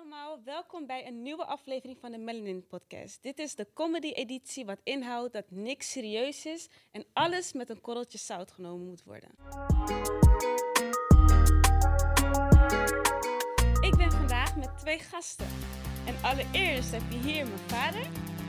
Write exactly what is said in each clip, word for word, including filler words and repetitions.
allemaal, welkom bij een nieuwe aflevering van de Melanin Podcast. Dit is de comedy-editie wat inhoudt dat niks serieus is en alles met een korreltje zout genomen moet worden. Ik ben vandaag met twee gasten. En allereerst heb je hier mijn vader.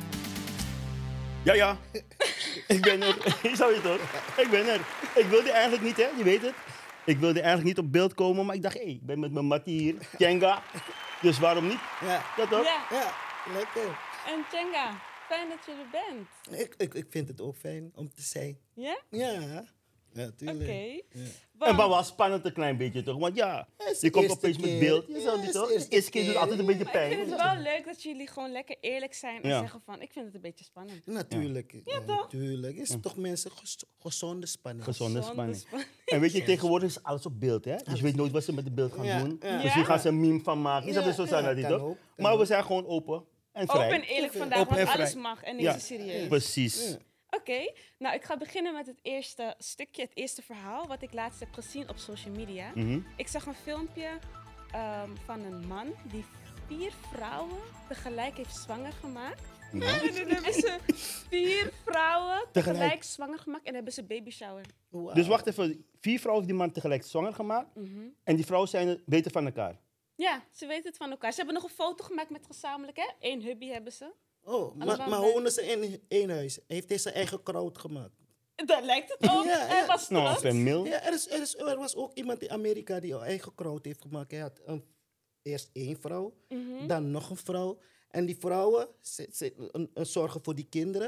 Ja, ja. Ik ben er. Je zou je toch? Ik ben er. Ik wilde eigenlijk niet, hè? Je weet het. Ik wilde eigenlijk niet op beeld komen, maar ik dacht, hé, hey, ik ben met mijn mattie hier, Tjenga. Dus waarom niet? Ja, Ja, toch? Ja, ja, lekker. en Tjenga, fijn dat je er bent. Ik, ik, ik vind het ook fijn om te zijn. Ja? Ja, ja, tuurlijk. Oké. Ja. En maar was spannend een klein beetje, toch? Want ja, Het is je de komt eerste opeens met keer. beeld. Je Ja, zou het niet, is de toch? De eerste eerste keer doet keer. altijd een beetje Maar ik pijn. vind het wel leuk dat jullie gewoon lekker eerlijk zijn en Ja. zeggen van, ik vind het een beetje spannend. Natuurlijk. Ja, toch? Natuurlijk. Is toch mensen gez- gezonde spanning. Gezonde Zonder spanning. spanning. En weet je, tegenwoordig is alles op beeld, hè? Dus je weet nooit wat ze met het beeld gaan Ja, doen. ja. Misschien Ja? gaan ze een meme van maken. Is dat Ja, dus zo zijn ja, dat niet, kan toch? ook, kan Maar we ook. zijn gewoon open en vrij. Open en eerlijk vandaag, Open want en alles vrij. mag en niks Ja, is serieus. precies. Ja. Oké, nou ik ga beginnen met het eerste stukje, het eerste verhaal wat ik laatst heb gezien op social media. Mhm. Ik zag een filmpje ehm, van een man die vier vrouwen tegelijk heeft zwanger gemaakt. Ja. En dan hebben ze vier vrouwen tegelijk, Tegelijk. zwanger gemaakt en hebben ze baby shower. Wauw. Dus wacht even, vier vrouwen heeft die man tegelijk zwanger gemaakt. Mhm. En die vrouwen zijn weten van elkaar. Ja, ze weten het van elkaar. Ze hebben nog een foto gemaakt met gezamenlijk, hè? Eén hubby hebben ze. Oh, maar, Allemaal maar bij- wonen ze in één huis? Heeft hij zijn eigen crowd gemaakt? Daar lijkt het op. Ja, Hij ja. was Nou, trots. een mil. Ja, er, is, er, is, er was ook iemand in Amerika die een eigen crowd heeft gemaakt. Hij had een, eerst één vrouw, Mhm. dan nog een vrouw. En die vrouwen ze, ze, een, een zorgen voor die kinderen.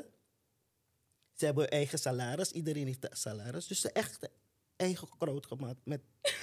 Ze hebben hun eigen salaris. Iedereen heeft een salaris. Dus ze echt een eigen crowd gemaakt. Met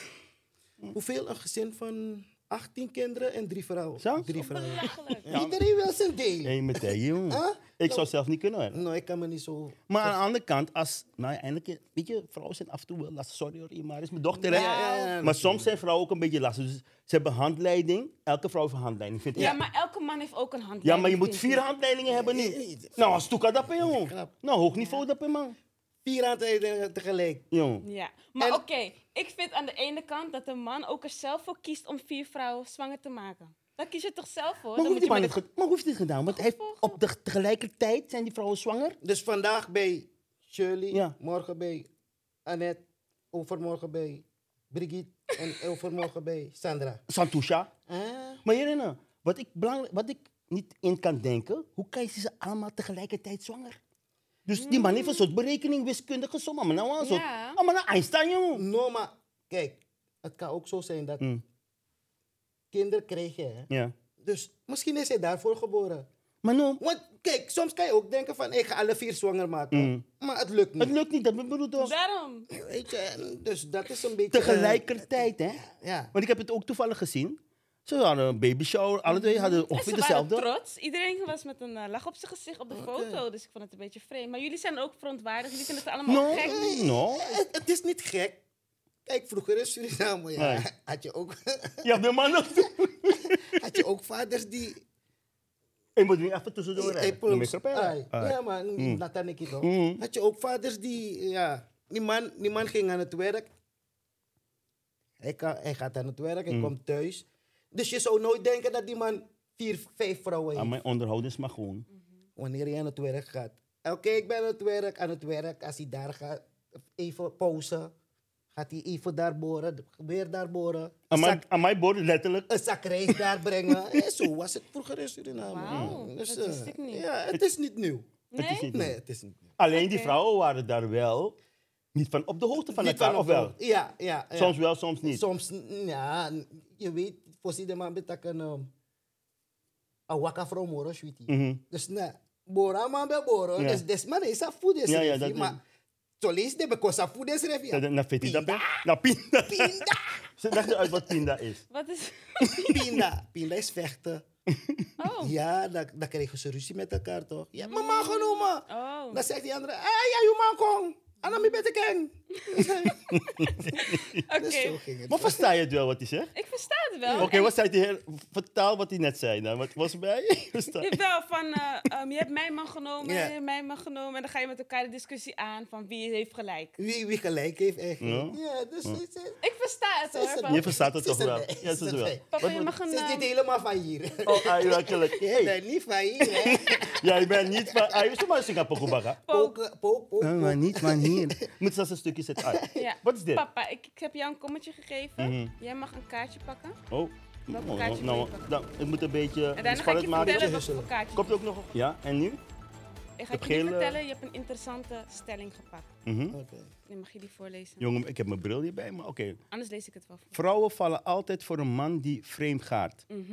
hoeveel? Een gezin van achttien kinderen en drie vrouwen. Zo? Drie vrouwen. Belachelijk. Ja. Iedereen wil zijn deel. Hé, meteen, jongen. Huh? Ik zou zelf niet kunnen, hoor. Nou, ik kan me niet zo... Maar aan de andere kant, als, nou ja, eindelijk, weet je, vrouwen zijn af en toe wel lastig. Sorry hoor, maar is mijn dochter, hè? Ja, ja, ja, maar natuurlijk. soms zijn vrouwen ook een beetje lastig. Dus ze hebben handleiding. Elke vrouw heeft een handleiding, vind ik. Ja, Ja, maar elke man heeft ook een handleiding. maar je moet vind vier ik. handleidingen hebben Nee, nu. nee. Nou, als toeka dat ben, jongen. Knap. Nou, hoog niveau dat ben, man. Vier aan te- tegelijk. Jongen. Ja, maar En- oké, ik vind aan de ene kant dat een man ook er zelf voor kiest om vier vrouwen zwanger te maken. Daar kies je toch zelf voor? Maar Dan hoe heeft die moet man je het met ge- maar hoe heeft hij het gedaan? Want hij heeft Gevolgen. op de tegelijkertijd zijn die vrouwen zwanger. Dus vandaag bij Shirley, Ja. morgen bij Annette, overmorgen bij Brigitte en overmorgen bij Sandra. Santusha. Ah, Maar Irene, wat ik, belangrijk, wat ik niet in kan denken, hoe krijg je ze allemaal tegelijkertijd zwanger? Dus die man heeft een soort berekening, wiskundige som. Maar nou een soort, Ja. ah, maar nou Einstein, jongen. no, maar kijk, het kan ook zo zijn dat Mm. kinderen krijg je. Hè? Ja. Dus misschien is hij daarvoor geboren. Maar nou, Want kijk, soms kan je ook denken van ik ga alle vier zwanger maken. Mm. Maar het lukt niet. het lukt niet, dat bedoel toch? Daarom. Weet je, en dus dat is een beetje... Tegelijkertijd, hè? eh, ja. Want ik heb het ook toevallig gezien. Ze hadden een baby shower, alle twee hadden En ongeveer ze waren dezelfde. trots. Iedereen was met een eh, lach op zijn gezicht op de foto. Dus ik vond het een beetje vreemd. Maar jullie zijn ook verontwaardigd. Jullie vinden het allemaal No, gek. no. Het, het is niet gek. Kijk, vroeger in Suriname ja, Nee. had, je ook, Ja, de man ook. had je ook vaders die... Ik moet nu even tussendoor Hey, rijden. Plums, De microfoon. ai, Ah. ja, maar Nataniki toch? Mm. Had je ook vaders die, ja, die man, die man ging aan het werk. Hij, kan, hij gaat aan het werk, hij Mm. komt thuis. Dus je zou nooit denken dat die man vier, vijf vrouwen Ah, heeft. mijn onderhoud is maar gewoon. Wanneer hij aan het werk gaat. Oké, ik ben aan het werk, aan het werk. Als hij daar gaat, even pauze. Gaat hij even daar boren, weer daar boren. Een Aan mijn, zak, aan mijn bord, letterlijk. een zak rijst daar brengen. Eh, zo was het vroeger in Suriname. Wauw, Mm, dat eh, wist ik niet. Ja, het is niet nieuw. Het is Nee? niet Nee, meer. het is niet nieuw. Alleen die Oké. vrouwen waren daar wel niet van op de hoogte van Niet elkaar, van of wel? op- Ja, ja, ja. Soms wel, soms niet. Soms, n- ja, n- je weet, voorzien de man betak een um, een waka from moro, sweetie. Mhm. Dus na, bora man be boro, Ja. dus des man is a food is Ja, ja, refi, dat maar zo lees de because a food is refi. Na, na feti dat ben? Na pinda. Pinda, Ze legde uit wat pinda is. Wat is... pinda, pinda is vechten. Oh. Ja, dan, dan krijgen ze ruzie met elkaar toch? Ja, mama genomen. Oh. Dan zegt die andere, ah ja, je man kom. Anami bent ik eng. Oké, Dus zo ging het. Maar versta je het wel wat hij zegt? ik versta het wel. Oké, En wat zei hij? Vertaal wat hij net zei. Nou, wat was erbij? Versta- je hebt wel van, eh, ehm, je hebt mijn man genomen, Ja. je hebt mijn man genomen. En dan ga je met elkaar de discussie aan van wie heeft gelijk. Wie, wie gelijk heeft eigenlijk. Ja. Ja, dus het is- Ik versta het Ze is hoor. er van- Je verstaat het Ze is toch wel? erbij. Ja, Ze dat is is wel. erbij. Papa, je mag een... Ze is niet ehm, helemaal van hier. Oh, ah, werkelijk. Hey. Nee, niet van hier, hè. Ja, je bent niet van... Ah, je bent maar Singapore baga. Poken, pook, pook, Maar pook. niet van hier. Moet zelfs een stukje zetten uit. Ja. Wat is dit? Papa, ik, ik heb jou een kommetje gegeven. Mhm. Jij mag een kaartje pakken. Oh. Welke Oh, kaartje nou, wil je pakken? nou, het moet een beetje En daarna ga ik spannend je maken. vertellen wat husselen. voor kaartje. Komt er ook nog... Ja, en nu? Ik ga heb je nu gele- vertellen, je hebt een interessante stelling gepakt. Mhm. Oké. Dan mag je die voorlezen. Jongen, ik heb mijn bril hierbij, maar oké. Anders lees ik het wel voor. Vrouwen vallen altijd voor een man die vreemd gaat. Mhm.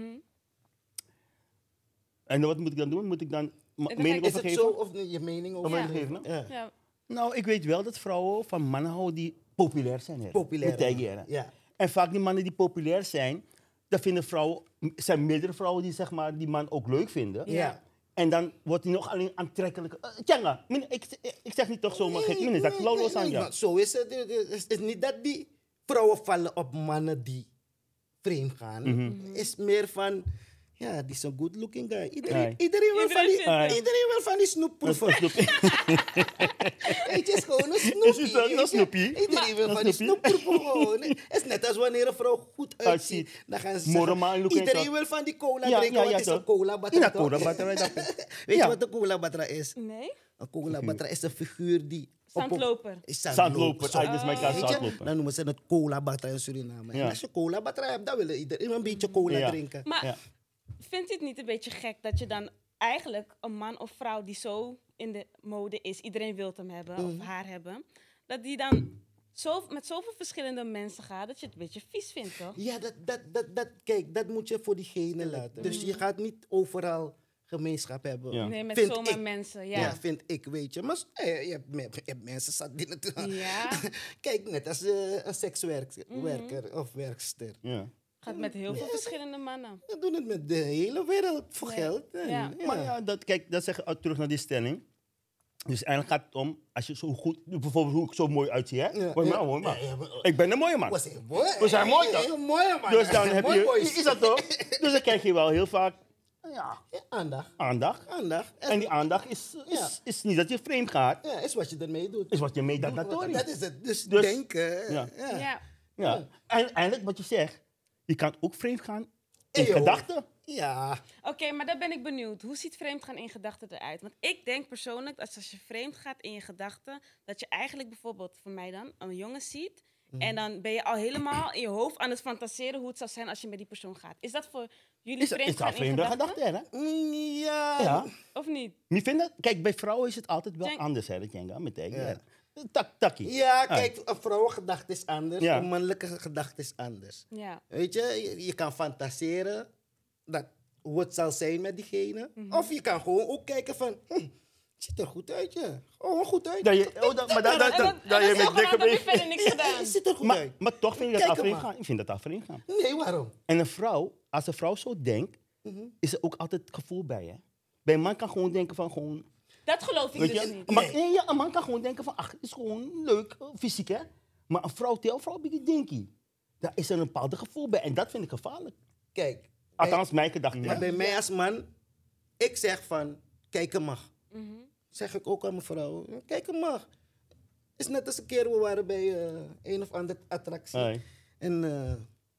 En wat moet ik dan doen? Moet ik dan ma- En dan ga mening ik- Is over het zo geven? of je mening Om over? mening geven, hè? Ja. Ja. Nou, ik weet wel dat vrouwen van mannen houden die populair zijn. Hè? Populair. Met tijgeren. Ja. En vaak die mannen die populair zijn, dat vinden vrouwen, er zijn meerdere vrouwen die zeg maar, die man ook leuk vinden. Ja. En dan wordt hij nog alleen aantrekkelijk. Uh, Tjanga, min- ik, ik zeg niet toch zomaar gek. Min, is dat flauwloos aan nee, jou? maar zo is het. Het is- Het is niet dat die vrouwen vallen op mannen die vreemd gaan. Mhm. is meer van, ja, die is een good looking guy. Iedereen, Ai. iedereen, wil, van Iedereen die, vindt hem. iedereen wil van die snoep Dat is proeven. een snoepie. Het is gewoon een Is snoepie. het een- een snoepie? Iedereen wil Een van die snoepie? snoep proeven gewoon. Het is net als wanneer een vrouw goed uitziet. Uitziet. Dan gaan ze Moremaal zeggen, looking iedereen toch? wil van die cola Ja, drinken, ja, want ja, het is een toch? cola Ja, batterij. cola toch? batterij, dat- Weet Ja. je wat een cola batterij is? Nee? Een cola batterij is een figuur die... op- op- Zandloper. is Zandloper. Zo. Ah, dat is mijn kaas, Weet je, zandloper. dan noemen ze het cola batterij in Suriname. Ja. En als je cola batterij hebt, dan wil iedereen een beetje cola Ja. drinken. Maar Ja. vindt u het niet een beetje gek dat je dan eigenlijk een man of vrouw die zo in de mode is, iedereen wil hem hebben Mhm. of haar hebben, dat die dan zo, met zoveel verschillende mensen gaat dat je het een beetje vies vindt, toch? Ja, dat, dat, dat, dat, kijk, dat moet je voor diegene laten. Dus je gaat niet overal gemeenschap hebben. Ja. Nee, met Vind zomaar ik. mensen, Ja. ja. vind ik, weet je. Maar s- eh, je, hebt, me- je hebt mensen zat die natuurlijk... Ja. Kijk, net als eh, een sekswerker of werkster. Ja. Gaat met heel veel verschillende mannen. We doen het met de hele wereld voor Ja. geld. En, Ja. ja. Maar ja, dat, kijk, dat zeg ik terug naar die stelling. Dus eigenlijk gaat het om, als je zo goed, bijvoorbeeld hoe ik zo mooi uitzie, hè? Ja, Mooi man, ja. mooi man. Ja, ja, maar- Ik ben een mooie man. Was heel mooi. We zijn mooi, toch? Heel mooi, man. Dus dan heb Mooi je, boys. is dat toch? Dus dan krijg je wel heel vaak ja, Ja, aandacht. aandacht. Aandacht. En die aandacht is, is, Ja. is niet dat je vreemd gaat, Ja, is wat je ermee doet. is wat je mee dat natuurlijk. Dat is het. Dus, Dus- denken. ja. Ja. Ja. Ja. En eigenlijk wat je zegt, je kan ook vreemd gaan in Eyo. gedachten. Ja. Oké, maar dan ben ik benieuwd. Hoe ziet vreemdgaan in gedachten eruit? Want ik denk persoonlijk dat als je vreemd gaat in je gedachten, dat je eigenlijk bijvoorbeeld, voor mij dan, een jongen ziet. Mhm. En dan ben je al helemaal in je hoofd aan het fantaseren hoe het zou zijn als je met die persoon gaat. Is dat voor jullie Is, is vreemd dat gaan in vreemde gedachten? gedachten, hè? Mm, Ja. Ja. Of niet? Je vindt dat? Kijk, bij vrouwen is het altijd wel Denk- anders, hè, dat Jenga, met tegen. Ja. Tak, takkie. Ja, Ah. kijk, een vrouwengedachte is anders. Ja. Een mannelijke gedachte is anders. Ja. Weet je, je, je kan fantaseren dat, hoe het zal zijn met diegene. Of je kan gewoon ook kijken van, hm, ziet er goed uit, ja. Gewoon goed uit. Dat je, oh, dat, maar dat, dat, En dat, dan, dat en je dan met zeg dikke maar, dan heb je been- verder niks gedaan. Het ziet er goed Maar, uit. maar toch vind je dat Kijk afvreemd hem maar. gaan. Ik vind dat afvreemd gaan. Nee, waarom? En een vrouw, als een vrouw zo denkt, is er ook altijd het gevoel bij, hè? Bij een man kan gewoon denken van gewoon... Dat geloof ik Weet dus je, niet. een man, nee, ja, een man kan gewoon denken van, ach, het is gewoon leuk, eh, fysiek, hè? Maar een vrouw, tel vrouw, een beetje dinky. Daar is er een bepaald gevoel bij. En dat vind ik gevaarlijk. Kijk, Althans, mijn gedachte. maar hè? bij mij als man, ik zeg van, kijken mag. Mhm. Zeg ik ook aan mijn vrouw, kijken mag. Is net als een keer, we waren bij eh, een of andere attractie. Ai. En eh,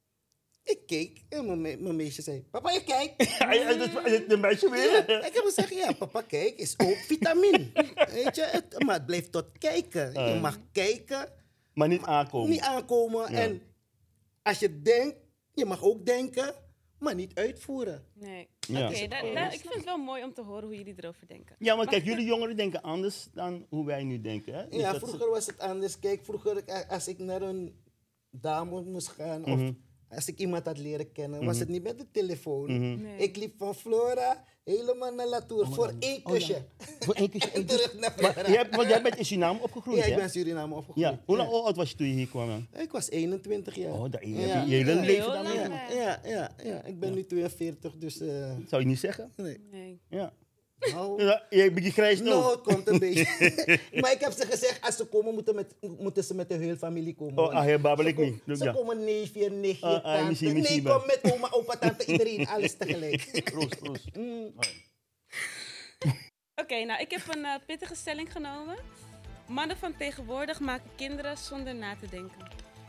ik keek en mijn, me- mijn meisje zei, papa, je kijkt. Ja, ja, dat is een meisje weer. Ik heb gezegd, ja, papa, kijk, is ook vitamine. Weet je, het, maar het blijft tot kijken. Je Ah. mag kijken, Maar niet aankomen. niet aankomen. Ja. En als je denkt, je mag ook denken, maar niet uitvoeren. Nee. Ja. Oké, da- da- ik vind het wel mooi om te horen hoe jullie erover denken. Ja, want kijk, jullie jongeren denken anders dan hoe wij nu denken. Hè? Dus Ja, dat is- vroeger was het anders. Kijk, vroeger eh, als ik naar een dame moest gaan Mhm. of als ik iemand had leren kennen, was het niet met de telefoon. Mhm. Nee. Ik liep van Flora helemaal naar Latour voor één kusje. Voor één keer. En terug naar Maar Flora. jij, hebt- want jij bent in Suriname opgegroeid, Ja, ik hè? ben Suriname opgegroeid. Ja. Hoe lang hoe oud was je toen je hier kwam? Dan? Ik was eenentwintig jaar. Oh, daar je Ja. heb je je hele Ja. leven Heel dan lang. meegemaakt. Ja, ja, ja, ja. Ik ben nu tweeënveertig, dus... eh, Zou je niet zeggen? nee. Nee. Ja. Nou, Ja, je bent die grijs nou, nou. het komt een beetje. Maar ik heb ze gezegd, als ze komen, moeten, met, moeten ze met de hele familie komen. Oh, Want ah, ja, babbel ze ik kom- niet. Doe ik Ze ja. komen neefje, nichtje, Ah, ah, tante. misschien, misschien nee, wel. kom met oma, opa, tante, iedereen. Alles tegelijk. Proost, proost. Mm. Oké, nou, ik heb een eh, pittige stelling genomen. Mannen van tegenwoordig maken kinderen zonder na te denken.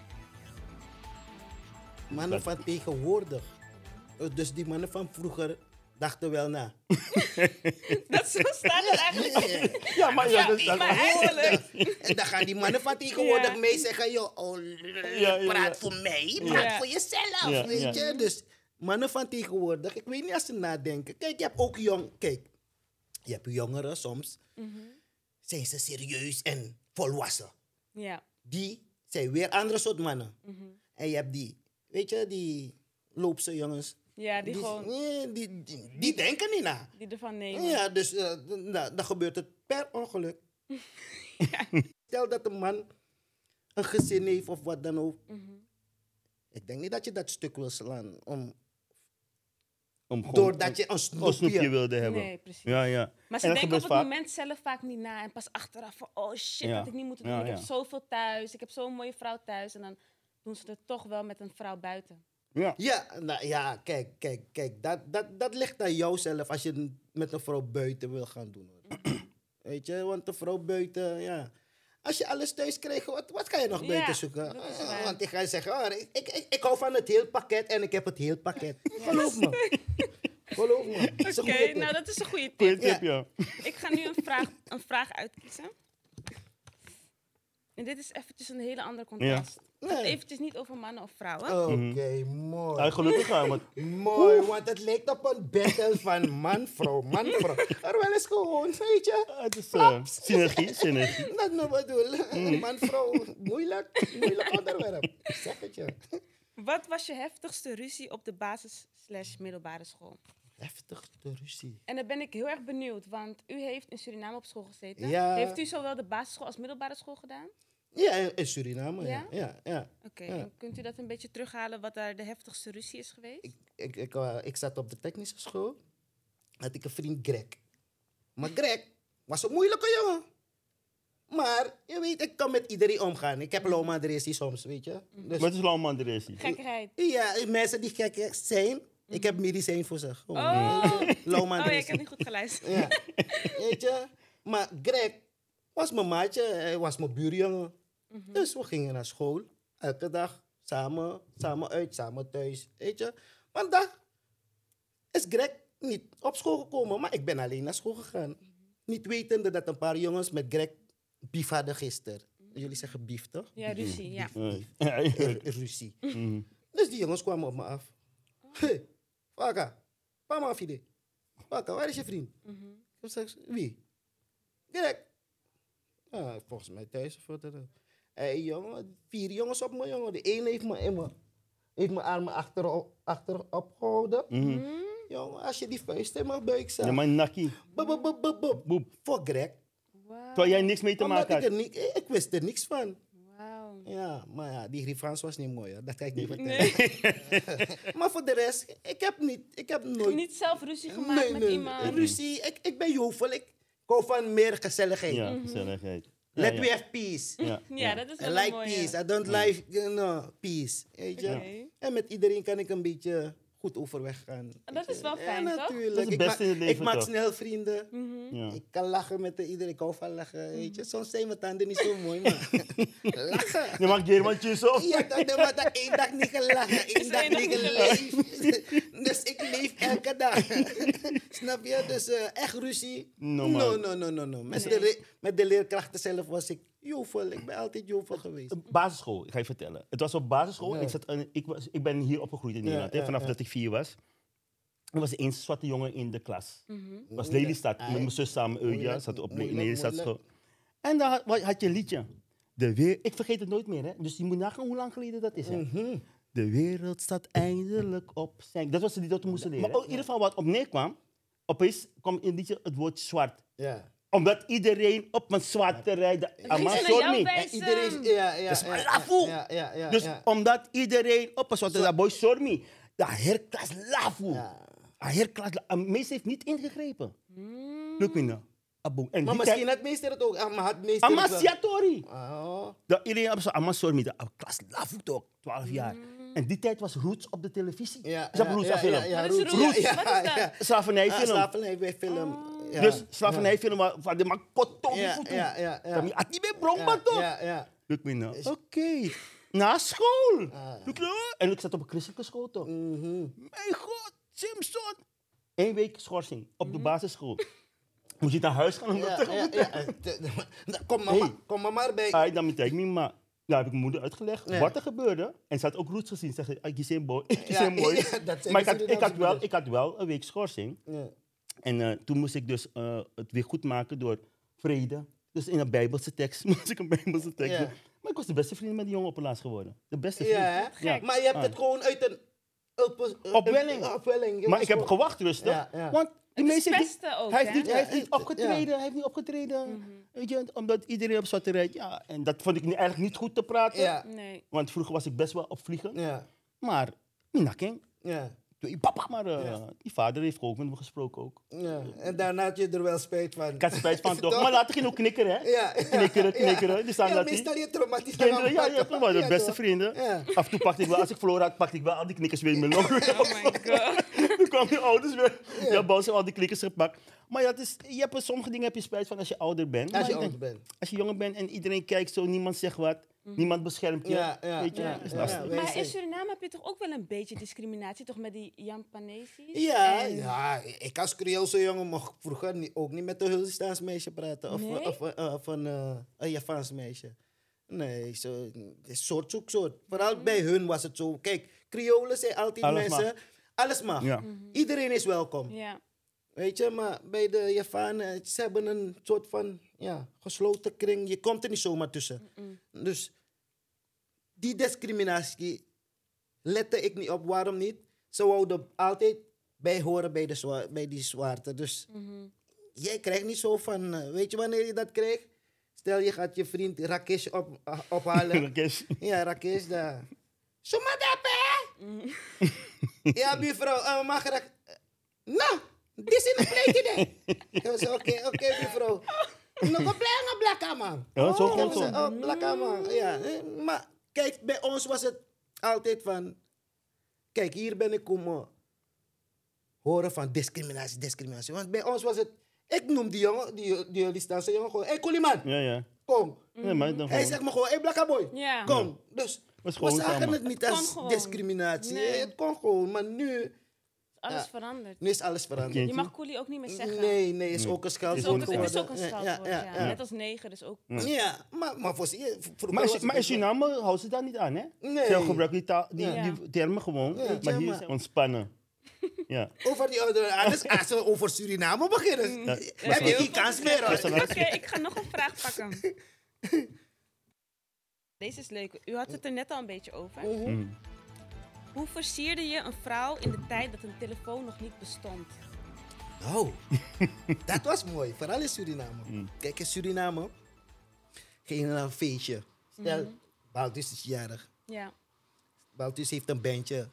Mannen van tegenwoordig. Eh, Dus die mannen van vroeger dachten wel na. Dat zo staat het eigenlijk. Ja, maar ja, dat, dat, Maar eigenlijk... En dan gaan die mannen van tegenwoordig Ja. mee zeggen, joh, oh, Ja, ja, praat ja. voor mij, Ja. praat voor jezelf, Ja, weet ja. je. Dus mannen van tegenwoordig, ik weet niet als ze nadenken. Kijk, je hebt ook jong, kijk, je hebt jongeren soms, zijn ze serieus en volwassen. Ja. Die zijn weer andere soort mannen. Mhm. En je hebt die, weet je, die loopse jongens. Ja, die, gewoon... nee, die, die, die denken niet na. Die ervan nemen. Ja, dus eh, nou, dan gebeurt het per ongeluk. Stel dat een man een gezin heeft of wat dan ook. Mhm. Ik denk niet dat je dat stuk wil slaan. Om, om gewoon doordat je een een snoepje... snoepje wilde hebben. Nee, precies. Ja, ja. Maar ze En dat denken op gebeurt het vaak. moment zelf vaak niet na. En pas achteraf van, oh shit, Ja. had ik niet moeten doen. Ja, ik heb ja. zoveel thuis. Ik heb zo'n mooie vrouw thuis. En dan doen ze het toch wel met een vrouw buiten. Ja. Ja, nou, ja, kijk, kijk, kijk. Dat, dat, dat ligt aan jou zelf als je n- met een vrouw buiten wil gaan doen. Hoor. Weet je, want een vrouw buiten, ja... Als je alles thuis krijgt, wat, wat kan je nog Ja, buiten zoeken? dat is Ah, waar. want ik ga je zeggen, oh, ik, ik, ik, ik hou van het heel pakket en ik heb het heel pakket. Geloof me. Geloof me. Dat is een Oké, goede tip. nou dat is een goede Goeie tip. tip, ja. Ik ga nu een vraag, een vraag uitkiezen. En dit is eventjes een hele andere contrast. Nee. Eventjes niet over mannen of vrouwen. Oké, mooi. Ja, gelukkig gaan, want Mooi, want het lijkt op een battle van man-vrouw, man-vrouw. Er wel eens gewoon, weet je. ah, het is eh, synergie, synergie. Dat nou bedoel. Man-vrouw, moeilijk, moeilijk onderwerp. Ik zeg het je. Wat was je heftigste ruzie op de basis slash middelbare school? Heftigste ruzie. En dan ben ik heel erg benieuwd, want u heeft in Suriname op school gezeten. Ja. Heeft u zowel de basisschool als middelbare school gedaan? Ja, in in Suriname, ja. Ja? ja, ja. Oké, Ja. en kunt u dat een beetje terughalen wat daar de heftigste ruzie is geweest? Ik, ik, ik, eh, ik zat op de technische school. Had ik een vriend Greg. Maar Greg was een moeilijke jongen. Maar je weet, ik kan met iedereen omgaan. Ik heb Loma Dressie soms, weet je. Dus, Wat is Lauwman de Ressie? Gekkigheid. ja, mensen die gek zijn, ik heb medicijn voor ze. Gewoon, Oh. weet je. Loma Oh ja, ik Dressie. heb niet goed geluisterd. Ja, weet je. Maar Greg was mijn maatje, hij was mijn buurjongen. Dus we gingen naar school, elke dag, samen, samen uit, samen thuis, weet je. Vandaag is Greg niet op school gekomen, maar ik ben alleen naar school gegaan. Niet wetende dat een paar jongens met Greg beef hadden gisteren. Jullie zeggen beef, toch? Ja, ruzie, ja. Nee. Ja, ja. R- ruzie. Mhm. Dus die jongens kwamen op me af. Hé, Faka, pa me af idee. Faka, waar is je vriend? Mhm. Ik zeg, wie? Greg. Ah, volgens mij thuis of wat dan ook. Hé jongen, vier jongens op me jongen. De een heeft me in me, heeft mijn armen achterop, achterop gehouden. Mhm. Jongen, als je die vuist in mijn buik zag. Ja, maar nakkie. Boep, boep, boep, boep, boep. Boep. Voor Greg. Wauw. Terwijl jij niks mee te Omdat maken ik, had. er niet, ik wist er niks van. Wauw. Ja, maar ja, die Griffans was niet mooi. Hè. Dat kan ik niet vertellen. Nee, Maar voor de rest, ik heb, niet, ik heb nooit... niet zelf ruzie gemaakt met iemand. Ruzie, ik, ik ben jovel. Ik hou van meer gezelligheid. Ja, gezelligheid. Ja, Let ja. me have peace. Ja, Ja, dat is I wel like een mooie. peace. I don't like you know, peace. Weet je? Oké. En met iedereen kan ik een beetje goed overweg gaan. Dat weet is je. wel fijn, ja, toch? natuurlijk. Dat is het Ik beste ma- in het leven, Ik maak toch? snel vrienden. Mhm. Ja. Ik kan lachen met de iedereen. Ik hou van lachen. Weet je? Soms zijn mijn tanden niet zo mooi, maar lachen. Je maakt Germantjes op. Ja, dat dat maar dat één dag niet gelachen, één dag één dag niet niet geleefd. Dus ik leef elke dag. Snap je? Dus eh, echt ruzie? No, no, man. no, no, no, no. Met, Nee. de, le- met de leerkrachten zelf was ik jovel. Ik ben altijd jovel geweest. Basisschool, ik ga je vertellen. Het was op basisschool. Ja. Ik, zat, aan- ik, was, ik ben hier opgegroeid in Ja, Nederland, hè, ja, vanaf ja. dat ik vier was. Er was één zwarte jongen in de klas. Mhm. Het was Lelystad. Met Ai. mijn zus samen, Euja, Moeilijk, zat op moeilijk, Lelystad moeilijk. school. En dan had, had je een liedje. De weer, ik vergeet het nooit meer, hè. Dus je moet nagaan hoe lang geleden dat is, hè. Mhm. De wereld staat eindelijk op zijn... Dat was het lied dat we moesten leren. Maar Maar in ieder geval wat op neerkwam, opeens kwam in het liedje het woord zwart. Ja. Omdat iedereen op een zwarte rijdt. Ging Amma, ze naar sorry. jou me. wijzen? Iedereen, ja, ja, Dat is ja, maar ja, lafoe. ja, ja, ja, Dus ja. omdat iedereen op een zwarte rijdt, boy, sorry me. De herklas lafoe. Ja. De herklas, la- een meester heeft niet ingegrepen. Mm. Look me nou. Abo. En Maar die misschien tijd- had meester het ook. Ah, maar had meester het wel. Amasiatori. Oh. Dat iedereen op zo'n Amazon met de klas Lavoet ook, twaalf jaar. En die tijd was Roots op de televisie. Ja, Is dat ja, Roots ja, film? ja, ja, Wat is Roots. Roots? Ja, ja, Wat is dat? ja. Slavernijfilm. Ah, slavernij bij film. Ja. Dus slavernijfilm wa- van de Makoto. Ja, ja, ja, ja. Dat had niet meer bromba Ja, toch? ja, ja. Look me nou. Oké. Na school. Ah. Look nou. En ik zat op een christelijke school toch? Mhm. Mijn god, Simpson. Eén week schorsing op de basisschool. Moest je naar huis gaan om dat Ja, te ja, moeten? ja. Eh, te- Nou, Kom maar, Hey. maar- kom maar maar bij. Hij dan meteen ik maar. Nou heb ik mijn moeder uitgelegd Ja. wat er gebeurde. En ze had ook Roots gezien. Ze zei, ah, je bent mooi. Je Ja, bent mooi. ja, dat zijn Maar ik de had, ik, had Surinaamse wel, moeders. ik had wel een week schorsing. Ja. En eh, toen moest ik dus eh, het weer goed maken door vrede. Dus in een Bijbelse tekst moest ik een Bijbelse tekst Ja. doen. Maar ik was de beste vriend met die jongen op het laatst geworden. De beste vriend. Ja, hè? Ja. Maar je hebt Ah. het gewoon uit een... Op, Opwelling. opwelling. Je Maar was ik heb gewoon- gewacht rustig. Ja, ja. Want die Het is mensen... die- pesten ook, hij heeft hè? niet, hij heeft Ja, niet ja. opgetreden. Hij heeft niet opgetreden. Weet je, omdat iedereen op zwarte rijdt. Ja, en dat vond ik niet- eigenlijk niet goed te praten. Ja, Nee. Want vroeger was ik best wel opvliegen. ja, Maar, Minaking. ja, Die papa, maar eh, Ja. die vader heeft ook met me gesproken ook. ja. En daarna had je er wel spijt van. Ik had spijt van Is het toch. Maar later ging ook knikkeren, hè? Ja, ja, Knikkeren, ja. knikkeren. Die staan Ja, dat meestal die- je traumatisch. Kinderen, ja, ja, we waren de beste toch? vrienden. Ja. Af en toe pakte ik wel, als ik verloren had, pakte ik wel al die knikkers weer in mijn long. Oh my god. Toen kwamen de ouders weer. Ja, Bas heeft al die knikkers gepakt. Maar ja, het is, je hebt, er- sommige dingen heb je spijt van als je ouder bent. Als Maar je ik denk, ouder bent. Als je jonger bent en iedereen kijkt zo, niemand zegt wat, niemand beschermt je. Ja, ja, weet je, ja, is ja, lastig. ja. Maar Wees- in Suriname heb je toch ook wel een beetje discriminatie, toch met die Japanesisch? Ja, En- ja, ik als Creoolse jongen mocht vroeger niet, ook niet met een Hulstaans meisje praten. Of, Nee? of, eh, of een, eh, een Javaans meisje. Nee, zo, het is soort zoek soort. Vooral bij hun was het zo. Kijk, Creolen zijn altijd Alles mensen. mag. Alles mag. Ja. Iedereen is welkom. Ja. Weet je, maar bij de Javanen, ze hebben een soort van ja, gesloten kring. Je komt er niet zomaar tussen. Dus die discriminatie lette ik niet op. Waarom niet? Ze wouden altijd bij horen bij, de zwa- bij die zwarte. Dus jij krijgt niet zo van, eh, weet je wanneer je dat krijgt? Stel je gaat je vriend Rakesh op, ah, ophalen. Rakesh. Ja, Rakesh daar. Sumadap, hè? Ja, buurvrouw, uh, mag Rak... Nou, dit is in de plate, hè? Ik zei, oké, oké, buurvrouw. Nog een blaka, blaka, man. Ja, zo Ik gewoon zei, zo. oh, blaka, man. Ja, eh, maar kijk, bij ons was het altijd van... Kijk, hier ben ik komen horen van discriminatie, discriminatie. Want bij ons was het... Ik noem die jongen, die, die Listaanse jongen gewoon... Hé, hey, Kuliman, Ja, ja. kom. Ja, maar dan Hij gewoon- zegt me gewoon, hé, hey, blaka boy, Ja. kom. Dus Was we gewoon zagen samen. het niet Het kon als gewoon. discriminatie. Nee. Het kon gewoon, maar nu... Alles Ja. veranderd. Nu is alles veranderd. Oké. Je mag coolie ook niet meer zeggen. Nee, nee, is ook een Het is ook, scheldwoord het is ook geworden. een scheldwoord, ja, Ja, ja, ja. Net als neger, dus ook. Ja, maar, maar voor ze... vroeger Maar, was is- het maar in ook wel- Suriname houden ze daar niet aan, hè? Nee. Ze gebruiken die, taal, die, Ja. die termen gewoon, Ja, maar hier maar- is het ontspannen. Ja. Over die ouderen. Anders als we over Suriname beginnen, Ja. heb je geen kans meer. Dat is hoor. dan- Oké, ik ga nog een vraag pakken. Deze is leuk. U had het er net al een beetje over. Mm. Hoe versierde je een vrouw in de tijd dat een telefoon nog niet bestond? Nou, dat was mooi. Vooral in Suriname. Mm. Kijk, in Suriname ging je naar een feestje. Stel, Baltus is jarig. Ja. Baltus heeft een bandje.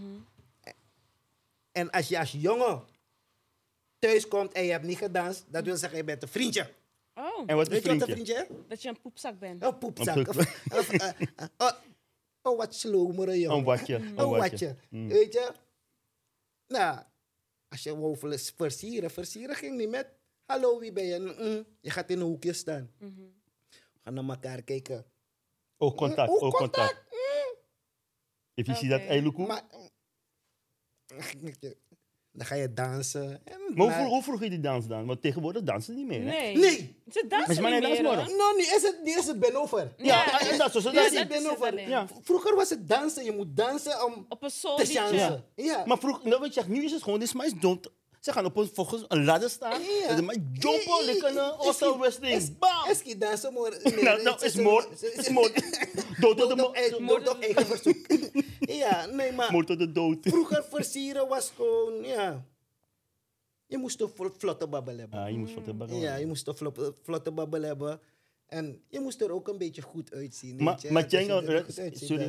En als je als jongen thuis komt en je hebt niet gedanst, dat wil zeggen je bent een vriendje. Oh, En wat is Weet je wat een vriendje? vriendje is? dat je een poepzak bent. Een poepzak. Een Of, poep- of, eh, eh, oh, oh, wat slomere jongen. Een watje. Een Een watje. watje. Mm. Weet je? Nou, als je wou willen versieren, versieren ging niet met... Hallo, wie ben je? Mm-mm. Je gaat in een hoekje staan. We gaan naar elkaar kijken. Oogcontact, Mm, oogcontact. oogcontact. Mm. If je ziet Oké. dat eiluku. Maar Maar, dan ga je dansen. En hoe, na- vroeg, hoe vroeg je die dans dan? Want tegenwoordig dansen ze niet meer, hè? Nee. Nee. Ze Maar dansen ze maar niet nee, meer, dans hoor. maar. No, niet is het, niet is het ben over. Ja, Ja, en dat is zo. Ja, dat ik is- ben is het over. alleen. Ja. Vroeger was het dansen. Je moet dansen om Op een sol te liedje. chansen. Ja. Maar vroeg, nou, weet je, nu is het gewoon, dit is maar is dood. Ze gaan op een, volgens een ladder staan. Ja. En dan maar jumpen, die kunnen also wrestling. Bam! Is die dansen, maar... Nou, nou, is moord. Is moord. Dood tot de Dood op eigen- mo- dood op eigen verzoek. Ja, nee, maar... moord tot de dood. Vroeger versieren was gewoon, ja... Je moest een vl- vlotte babbel hebben. Ah, je moest wat hebben. Ja, je moest een vlo- vlotte babbel hebben. En je moest er ook een beetje goed uitzien. Maar, weet je. maar Dus je Tjenga, er goed uitziet, serieus,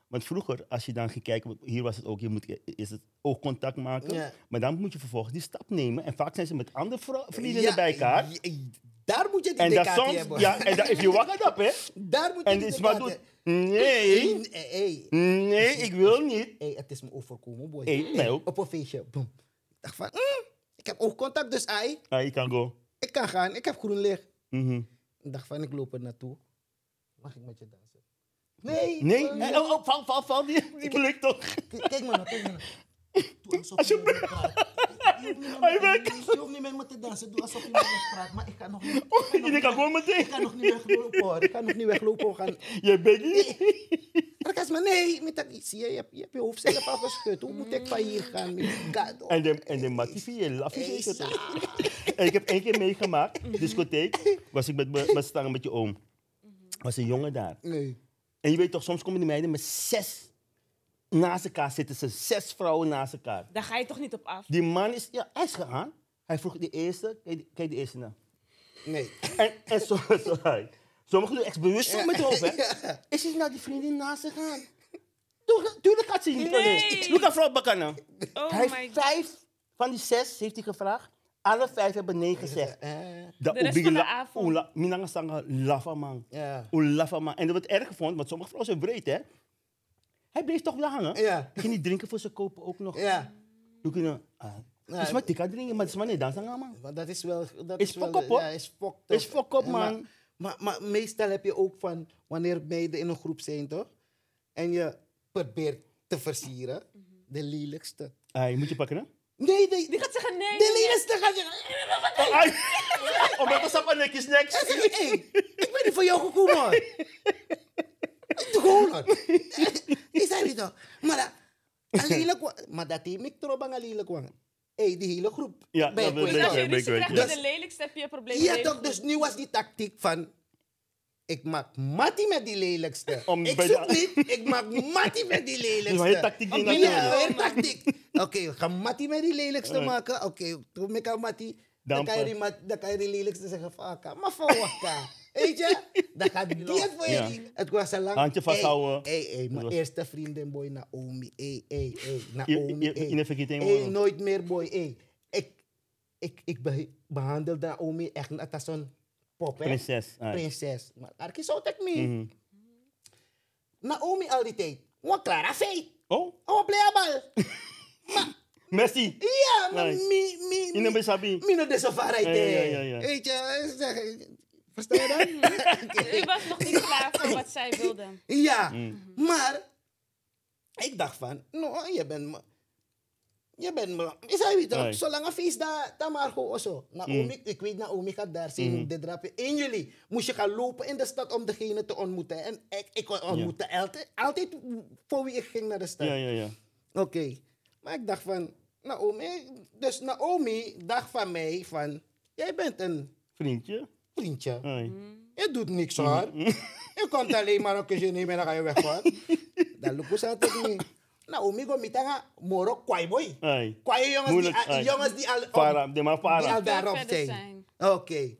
Want vroeger, als je dan ging kijken, want hier was het ook, je moet is het oogcontact maken. Ja. Maar dan moet je vervolgens die stap nemen. En vaak zijn ze met andere vrou- vriendinnen bij elkaar. ja, daar moet je die En dat decati soms, hebben. ja, en dat, if you walk it up, hè. Daar moet je En die dit is maar decati doet, hebben. nee, Hey, hey, nee, ik wil niet. hey, het is me overkomen, boy. Hey, mij ook. Op een feestje, boom. Ik dacht van, mm, ik heb oogcontact, dus ai, Ah, je kan go. ik kan gaan. Ik heb groen licht. Mhm. Ik dacht van, ik loop er naartoe. Mag ik met je dansen? Nee. Nee, eh, hey, oh, oh, val, val, val, die, die blik toch. K- Kijk maar nou, kijk maar nou. Doe alsof je Alsjeblieft. met me praat. Je hoeft niet met Hij me- werkt. je hoeft niet met me te dansen. Doe alsof je met me praat. Maar ik ga nog niet, ik Oh, ga nog je kan gewoon niet, meteen. ik ga nog niet weglopen hoor. Ik ga nog niet weglopen. We gaan... Je Becky? Rakas, maar nee. Met dat, zie je, je hebt je, hebt je hoofd zelf afgeschud. Hoe moet ik van hier gaan? Met God, oh. En de, en de Matifi, je laf Hey, is zeker sa- toch? En ik heb één keer meegemaakt, discotheek, was ik met mijn stangen met je oom. Was een jongen daar. Nee. En je weet toch, soms komen die meiden met zes naast elkaar zitten ze, zes vrouwen naast elkaar. Daar ga je toch niet op af? Die man is, ja, hij is gegaan. Hij vroeg de eerste, kijk die, kijk die eerste nou. Nee. En, en zo, zo, hij. Sommigen doen echt bewust zo met je hoofd, hè. Ja. Is hij nou die vriendin naast zich gaan? Tuurlijk tuurlijk gaat ze niet. Nee. Look aan vrouw Bakana. Oh Hij my heeft god. vijf van die zes, heeft hij gevraagd. Alle vijf hebben nee gezegd. Eh, Da De rest obi van de la- avond. ula- Minanga sanga lava man. Ja. O lava man. En dat wat erg vond, want sommige vrouwen zijn breed, hè. Hij bleef toch wel hangen. Ja. Ging niet drinken voor ze kopen ook nog. Ja. Doe je nou, ah. Ja, Het is maar tikka drinken, maar het is maar niet dansen man. Maar dat is wel... Dat Is wel, fok op, hoor. Ja, is fok Is fok op, Ja, maar- man. Maar, maar, meestal heb je ook van... Wanneer meiden in een groep zijn, toch? En je probeert te versieren. De lelijkste. Ah, je moet je pakken, hè? Nee, nee. Die gaat zeggen nee. De lelijkste gaat je... Oh, ai. Oh, maar pas op aan nekjes niks. Hij zegt, hey, ik ben niet voor jou gekomen, hoor. Doe gewoon, hoor. Ik zei niet toch. Maar dat... Een lelijk wa- Maar dat die ik erop aan een lelijk wang. Hé, die hele groep. Ja, ben je dat ben kwijt. ik Als je ben ik ruzie kwijt, krijgt ja. met de lelijkste, heb je een probleem. Ja, met de toch. hele Dus groep. nu was die tactiek van... Ik maak Mattie met die lelijkste. Om ik bij zoek de- niet, ik maak Mattie met die lelijkste. Dus maar je tactiek die Ja, natuurlijk. weer tactiek. Oké, we gaan Mattie met die lelijkste Ja. maken. Oké, toen ik aan Mattie... Dan Dan kan, je pas. die, mat- dan kan je die lelijkste zeggen van... "Aka, maar van wakka." Weet je? Dan gaat die het voor je. Ja. Het was een lang... Handje vasthouden. Hé, hé, mijn Dat was- eerste vriendin, boy, Naomi. Hé, hé, hé, Je- Naomi. je- hé. je vergeet Hé, helemaal. nooit meer, boy. Hé, ik, ik, ik be- behandel Naomi echt net als een pop, hè? Prinses. Ah. Prinses. Maar Arkie zou het mee. Mhm. Naomi al die tijd. Wat Clara feit. Oh, Oh, playabal. Messi. Ja, maar Nice. mi, mi, In een besabi. mi no de safari Ja, ja, ja, ja, ja. Weet je, zeg, versta je dat? U was nog niet klaar voor wat zij wilde. Ja, Mm. maar ik dacht van, no, je bent me. Je bent me. Is hij weer toch? Nee. Zolang een feest daar, daar maar gewoon zo. Naomi, ik weet, Naomi gaat daar zien, Mm. de drapje. In juli moest je gaan lopen in de stad om degene te ontmoeten. En ik, ik ontmoette altijd, altijd voor wie ik ging naar de stad. Ja, ja, ja. Oké, maar ik dacht van, Naomi, dus Naomi dacht van mij van, jij bent een Vriendje. vriendje. Ai. Je doet niks hoor. Je komt alleen maar een kusje nemen en dan ga je weg hoor. Dat lukt dus altijd niet. Naomi go mitanga moro kwai boy. Ai. Kwai jongens die, Moeilijk, al- ai. jongens die al, op- Para, de maar die al para. daarop verder zijn. zijn. Oké.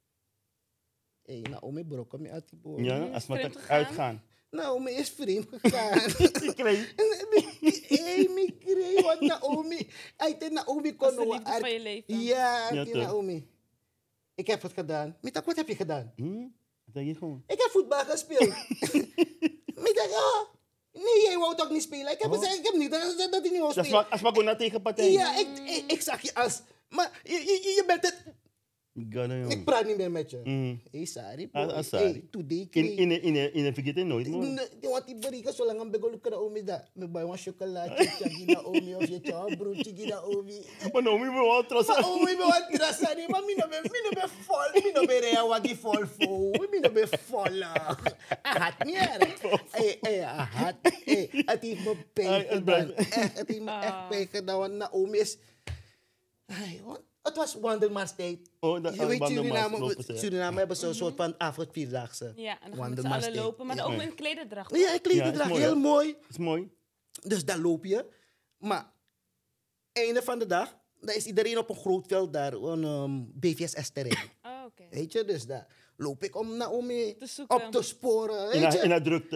Hey, Naomi bro, kom je uit die boy. Ja, als we vreemd met gegaan? uitgaan. Naomi is vreemd gegaan. Ik kreeg. Hé, mi kreeg wat Naomi. Hij zei Naomi kon Dat is de nog liefde uit- van je leven. Ja, Ja, die toch. Naomi. Ik heb het gedaan. Mitak, wat heb je gedaan? Hm? Dat denk je gewoon. Ik heb voetbal gespeeld. Mitak, ja. Nee, jij wou toch niet spelen? Ik heb Oh. gezegd, ik heb niet dat, dat, dat hij niet wou Dat is spelen. maar, als we gewoon naar tegen partij. Ja, ik, ik, ik zag je als... Maar je, je, je bent het... Gada, Ik jongen. praat niet meer met je. Mhm. Hé, sorry. Ah, boy. ah, sorry. Hey, today, In, kreeg- in, in, in, in, vergeet het nooit, man. Nee, want die berichten zo lang aan begol kunnen om dat. Met bij een chocolaatje, tjagina omi of je tja broodje gina omi. Maar nou, we wel trots. Maar omi be wat trasa ni, maar mi no be mi no be vol, mi no be rea wat die vol fo, mi no be vol. Ahat meer. Eh eh ahat. Eh, het heeft me Ay, pijn het gedaan. blijft- Echt, het heeft me Ah. echt pijn gedaan. Want Naomi is... Ay, wat- Het was wandelmarstijd. Oh, dat- Je weet, wandelmars Suriname, lopen ze, ja. Suriname hebben zo'n soort van avondvierdaagse. Ja, en dan gaan we met z'n wandelmarstijd. allen lopen, maar dan Ja. ook in klederdracht. Ja, ik Ja, kleeddracht, is mooi, heel hè? mooi. Dat is mooi. Dus daar loop je. Maar einde van de dag, daar is iedereen op een groot veld daar, een um, B V S S-terrein. Oh, oké. Weet je, dus daar loop ik om Naomi Te zoeken. op te sporen. In Weet haar, in je? haar drukte.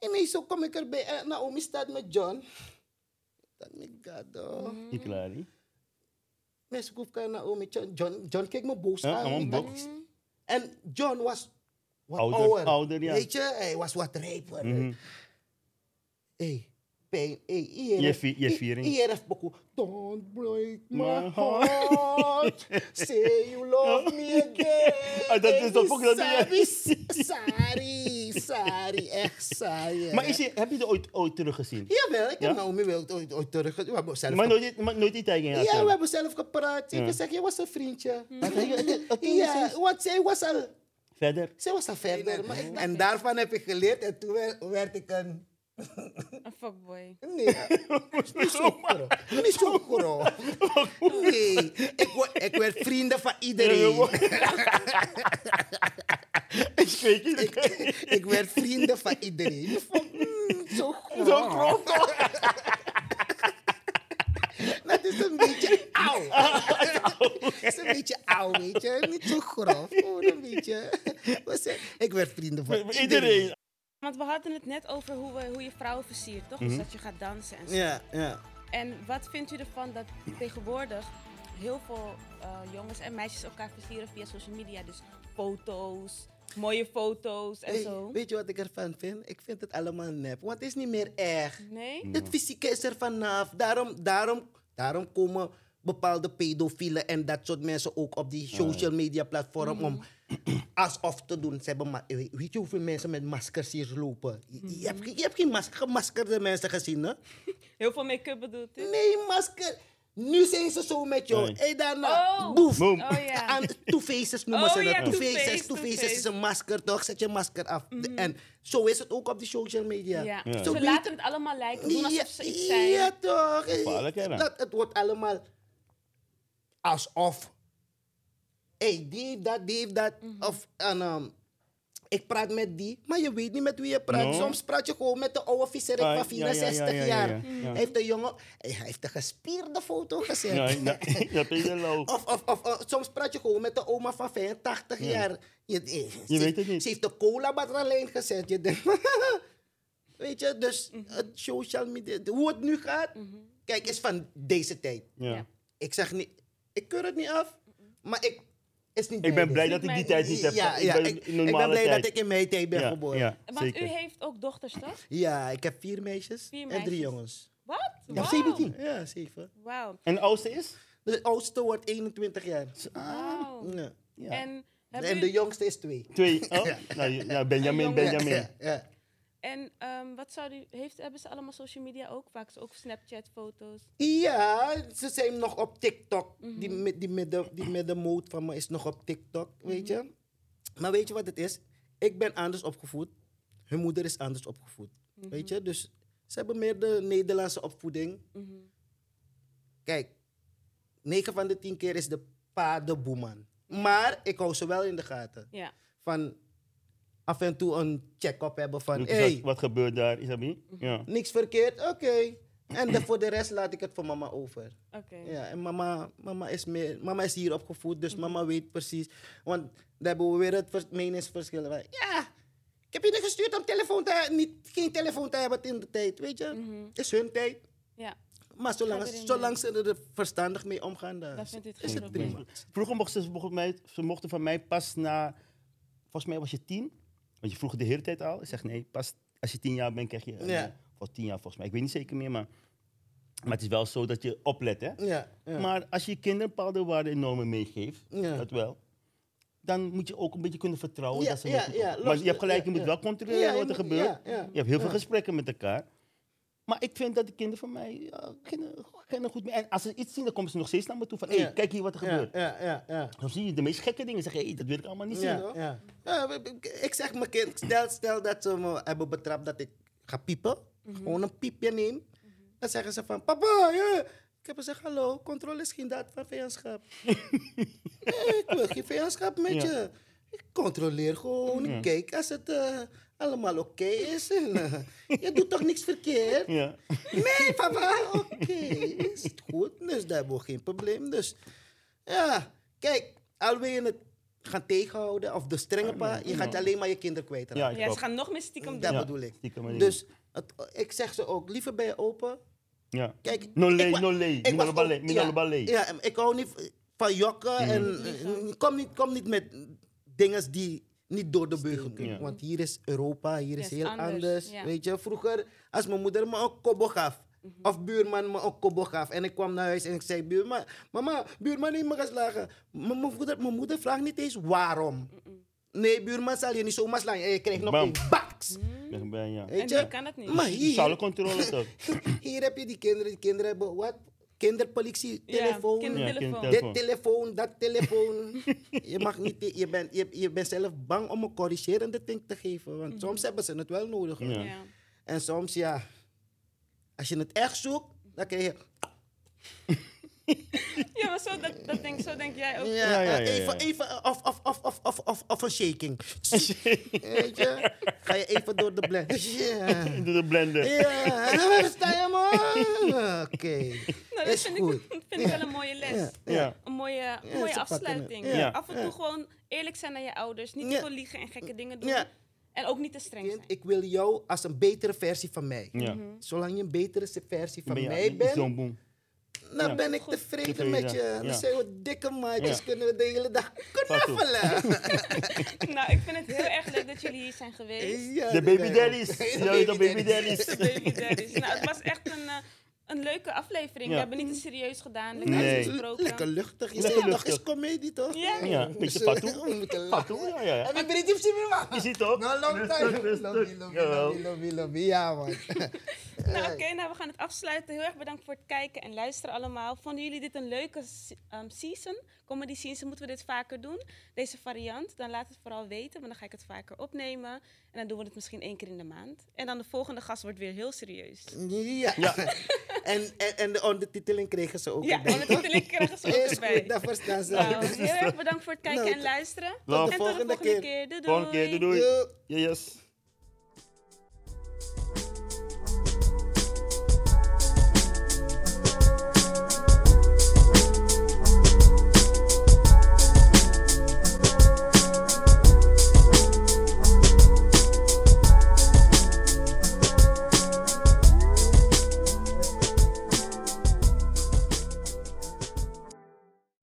ineens zo kom ik erbij en Naomi staat met John. Dan ik gado. Je klaar, niet? Mensen koeken Naomi, John, John, John keek me boos Ja, aan. allemaal Ik dacht, boos. en John was wat Ouder, ouder. ouder, ja. Weet je, hij was wat rijper. Mhm. Hey, pijn. Hey, hier. Je vi- je viering. Hier heeft Boku. Don't break my My heart. Say you love me again. Ah, dat is toch ook dat Sorry, sorry, sorry, echt sorry. Maar is je, heb je er ooit, ooit teruggezien? Jawel, ik heb Ja? Naomi wel ooit, ooit terug. We hebben zelf Maar gep- nooit, maar nooit die tijd in je ja, we hebben zelf gepraat. Ik Ja. heb gezegd, je was een vriendje. Wat heb je- wat- wat toen Ja, is- want zij was al... Verder. Zij was al verder. Maar ik- en daarvan heb ik geleerd. En toen werd, werd ik een... Een fuckboy. Nee, niet zo groot. Niet zo groot. Nee, ik, wo- ik werd vrienden van iedereen. Ik weet je. ik, ik werd vrienden van iedereen. Ik vond, mm, zo groot. Zo groot toch? Dat is een beetje auw. Dat is een beetje auw, weet je. Niet zo grof. Gewoon een beetje. Wat zeg- Ik werd vrienden van iedereen. Iedereen. Want we hadden het net over hoe, we, hoe je vrouwen versiert, toch? Mhm. Dus dat je gaat dansen en zo. Ja, ja. En wat vindt u ervan dat tegenwoordig heel veel eh, jongens en meisjes elkaar versieren via social media? Dus foto's, mooie foto's en Hey, zo. weet je wat ik ervan vind? Ik vind het allemaal nep. Want het is niet meer echt. Nee? Het fysieke is er vanaf. Daarom, daarom, daarom komen bepaalde pedofielen en dat soort mensen ook op die social media platform om alsof te doen. Ze hebben ma- weet je hoeveel mensen met maskers hier lopen? Je, je hebt, je hebt geen mas- gemaskerde mensen gezien, hè? Heel veel make-up bedoelt u? Nee, masker. Nu zijn ze zo met jou. Nee. En daarna, Oh. boef. Boom. Oh ja. Aan Two-Faces noemen Oh ze dat. ja, Two-Faces, Two-Face, Two-Faces Two-Face. is een masker, toch? Zet je masker af. En zo is het ook op die social media. Ja. Ja. Ze weet- laten het allemaal lijken, doen alsof ze iets zijn. Ja, toch. Gevaarlijk, hè, dan? Dat, het wordt allemaal alsof. Hé, hey, die heeft dat, die heeft dat. Of, en, ehm, ik praat met die, maar je weet niet met wie je praat. No. Soms praat je gewoon met de oude visserik Ah, van ja, ja, ja, vierenzestig ja, ja, jaar. ja, ja. Hij heeft een jongen, hij heeft een gespierde foto gezet. Ja, ja, dat is een loop. Of, of, of, of soms praat je gewoon met de oma van vijfentachtig jaar. Je, eh, ze, weet het niet. Ze heeft de cola-batterij gezet. Je denkt, weet je, dus het social media, hoe het nu gaat, kijk, is van deze tijd. Ja. Ja. Ik zeg niet, ik keur het niet af, maar ik is niet Ik ben bij blij deze. dat ik die mijn- tijd niet heb. Ja, ja, ben ik, in ik ben normale blij tijd. dat ik in mijn tijd ben Ja, geboren. ja, Want zeker. u heeft ook dochters, toch? Ja, ik heb vier meisjes Vier en meisjes. drie jongens. Wat? Ja, Wauw. zeventien. Ja, zeven. Wauw. En de oudste is? De oudste wordt eenentwintig jaar. Wauw. Ja. Ja. En, hebben En u- de jongste is twee. Twee. Oh? Nou, ja, Benjamin, Jongen. Benjamin. Ja, ja. en ehm, wat zou u, heeft, hebben ze allemaal social media ook? Vaak ze ook Snapchat, foto's. Ja, ze zijn nog op TikTok. Die, mi- die, midden, die middenmoot van me is nog op TikTok, weet je. Maar weet je wat het is? Ik ben anders opgevoed. Hun moeder is anders opgevoed. Weet je, dus ze hebben meer de Nederlandse opvoeding. Kijk, negen van de tien keer is de pa de boeman. Maar ik hou ze wel in de gaten. Ja. Van af en toe een check-up hebben van... Doe Hé, eens hey, wat, wat gebeurt daar, Isabi? Ja. niks verkeerd, oké. En de, voor de rest laat ik het voor mama over. Oké. Ja, en mama, mama, is meer, mama is hier opgevoed, dus mama weet precies. Want daar hebben we weer het vers- meningsverschil. Van, ja, ik heb je niet gestuurd om telefoon te, niet, geen telefoon te hebben in de tijd, weet je. Het is hun tijd. Ja, Maar zolang, Gaat erin zolang ze er verstandig mee omgaan, dan dan vindt u het is geen het probleem. prima. Vroeger mochten ze, mochten mij, ze mochten van mij pas na... Volgens mij was je tien. Want je vroeg de hele tijd al. Ik zeg nee, pas als je tien jaar bent krijg je... eh, Ja. Of tien jaar volgens mij. Ik weet niet zeker meer, maar... Maar het is wel zo dat je oplet, hè. Ja, ja. Maar als je je kinderen bepaalde waarden en normen meegeeft, Ja. dat wel, dan moet je ook een beetje kunnen vertrouwen. Ja, dat ze ja, met je- ja, maar los- je hebt gelijk, ja, je moet ja. wel controleren Ja, je wat er moet- gebeurt. ja, ja. Je hebt heel veel Ja. gesprekken met elkaar. Maar ik vind dat de kinderen van mij ja, kennen, kennen goed mee. En als ze iets zien, dan komen ze nog steeds naar me toe van, hé, Ja. hey, kijk hier wat er Ja, gebeurt. ja, ja, ja. Dan zie je de meest gekke dingen zeggen, hé, hey, dat wil ik allemaal niet zien, Ja, hoor. ja. Ja, we- we- ik zeg mijn kind, stel, stel dat ze me hebben betrapt dat ik ga piepen, gewoon een piepje neem, dan zeggen ze van, papa, ja. Ik heb gezegd, hallo, controle is geen daad van vijandschap. Nee, ik wil geen vijandschap met Ja. je. Ik controleer gewoon, ik kijk als het eh, allemaal oké is. En, eh, je doet toch niks verkeerd? Ja. Nee, papa, oké, is het goed. Dus daar hebben we geen probleem. Dus ja, kijk, al wil je het gaan tegenhouden, of de strenge pa, je gaat alleen maar je kinderen kwijtraken. Ja, Ja, ze klopt. gaan nog meer stiekem Dat doen. Ja, bedoel ik. stiekem maar Dus het, ik zeg ze ook, liever ben je open. Ja. Kijk, No ik lay, wa- no lay. ik was Minalo ballet, ook- minalo ja, ballet. Ja, en ik hou niet van jokken en eh, kom, niet, kom niet met dingen die niet door de beugel kunnen. Ja. Want hier is Europa, hier is Ja, is heel anders, anders. ja. Weet je, vroeger als mijn moeder me een kobo gaf. Of buurman me een kobo gaf. En ik kwam naar huis en ik zei, buurman, mama, buurman heeft me geslagen. M- Mijn moeder, mijn moeder vraagt niet eens waarom. Nee, buurman zal je niet zomaar slaan. En je krijgt nog Bam. een baks. Ik ben, ja. Weet En je? nu kan dat niet. Maar Sociale hier, controle toch? hier heb je die kinderen. Die kinderen hebben wat? Kinderpolitie, Ja, telefoon. kindertelefoon. Ja, Dit telefoon, dat telefoon. je, mag niet, je, bent, je, je bent zelf bang om een corrigerende ding te geven. Want soms hebben ze het wel nodig. hoor. Ja. Ja. En soms, ja, als je het echt zoekt, dan krijg je... Ja, maar zo, dat, dat denk, zo denk jij ook. Ja, Ja, ja, ja, eh, ja. even, even of, of, of, of, of, of, of een shaking. Weet je? Ga je even door de blend. Ja. Doe de blender. Ja, nou, sta je man. Oké. Nou, dat Is vind goed. ik, vind ik wel een mooie les. Ja. Ja. Een mooie, een mooie ze pakken afsluiting. het. Ja. Af en toe gewoon eerlijk zijn naar je ouders. Niet te Ja. veel liegen en gekke dingen doen. Ja. En ook niet te streng Kind, zijn. ik wil jou als een betere versie van mij. Ja. Zolang je een betere versie van Ben je- mij niet bent, zo'n boem. dan Ja. ben ik tevreden Tevreden, met je. Dan ja. zijn we dikke maatjes, Ja. kunnen we de hele dag Fatu. knuffelen. Nou, ik vind het heel erg leuk dat jullie hier zijn geweest. Ja, De baby daddies. De Ja, de baby daddies. daddies. De baby daddies. Nou, het was echt een, eh, een leuke aflevering. Ja. We hebben niet te serieus gedaan. Lekker Nee. uitgesproken. Lekker luchtig. Je Lekker zei nog luchtig. eens comedie, toch? Ja. Ja, een beetje Dus, patoe. eh, we moeten lachen. Patoe, ja, ja, ja. Heb je British zien meer Je ziet toch? Nou, long Rustig, time. rustig. Lobby, lobby, Jawel. lobby, lobby, lobby. Ja, man. Nou, oké, nou, we gaan het afsluiten. Heel erg bedankt voor het kijken en luisteren allemaal. Vonden jullie dit een leuke se- um, season? Comedy season, moeten we dit vaker doen? Deze variant? Dan laat het vooral weten, want dan ga ik het vaker opnemen. En dan doen we het misschien één keer in de maand. En dan de volgende gast wordt weer heel serieus. Ja. Ja. En, en, en de ondertiteling kregen ze ook Ja, erbij. ondertiteling krijgen ze ook Is erbij. goed, dat verstaan ze. Nou, heel erg bedankt voor het kijken Nou, en luisteren. Love. En tot de volgende volgende keer. keer. Doei, Volgende keer, doei doei. Yo. Yes.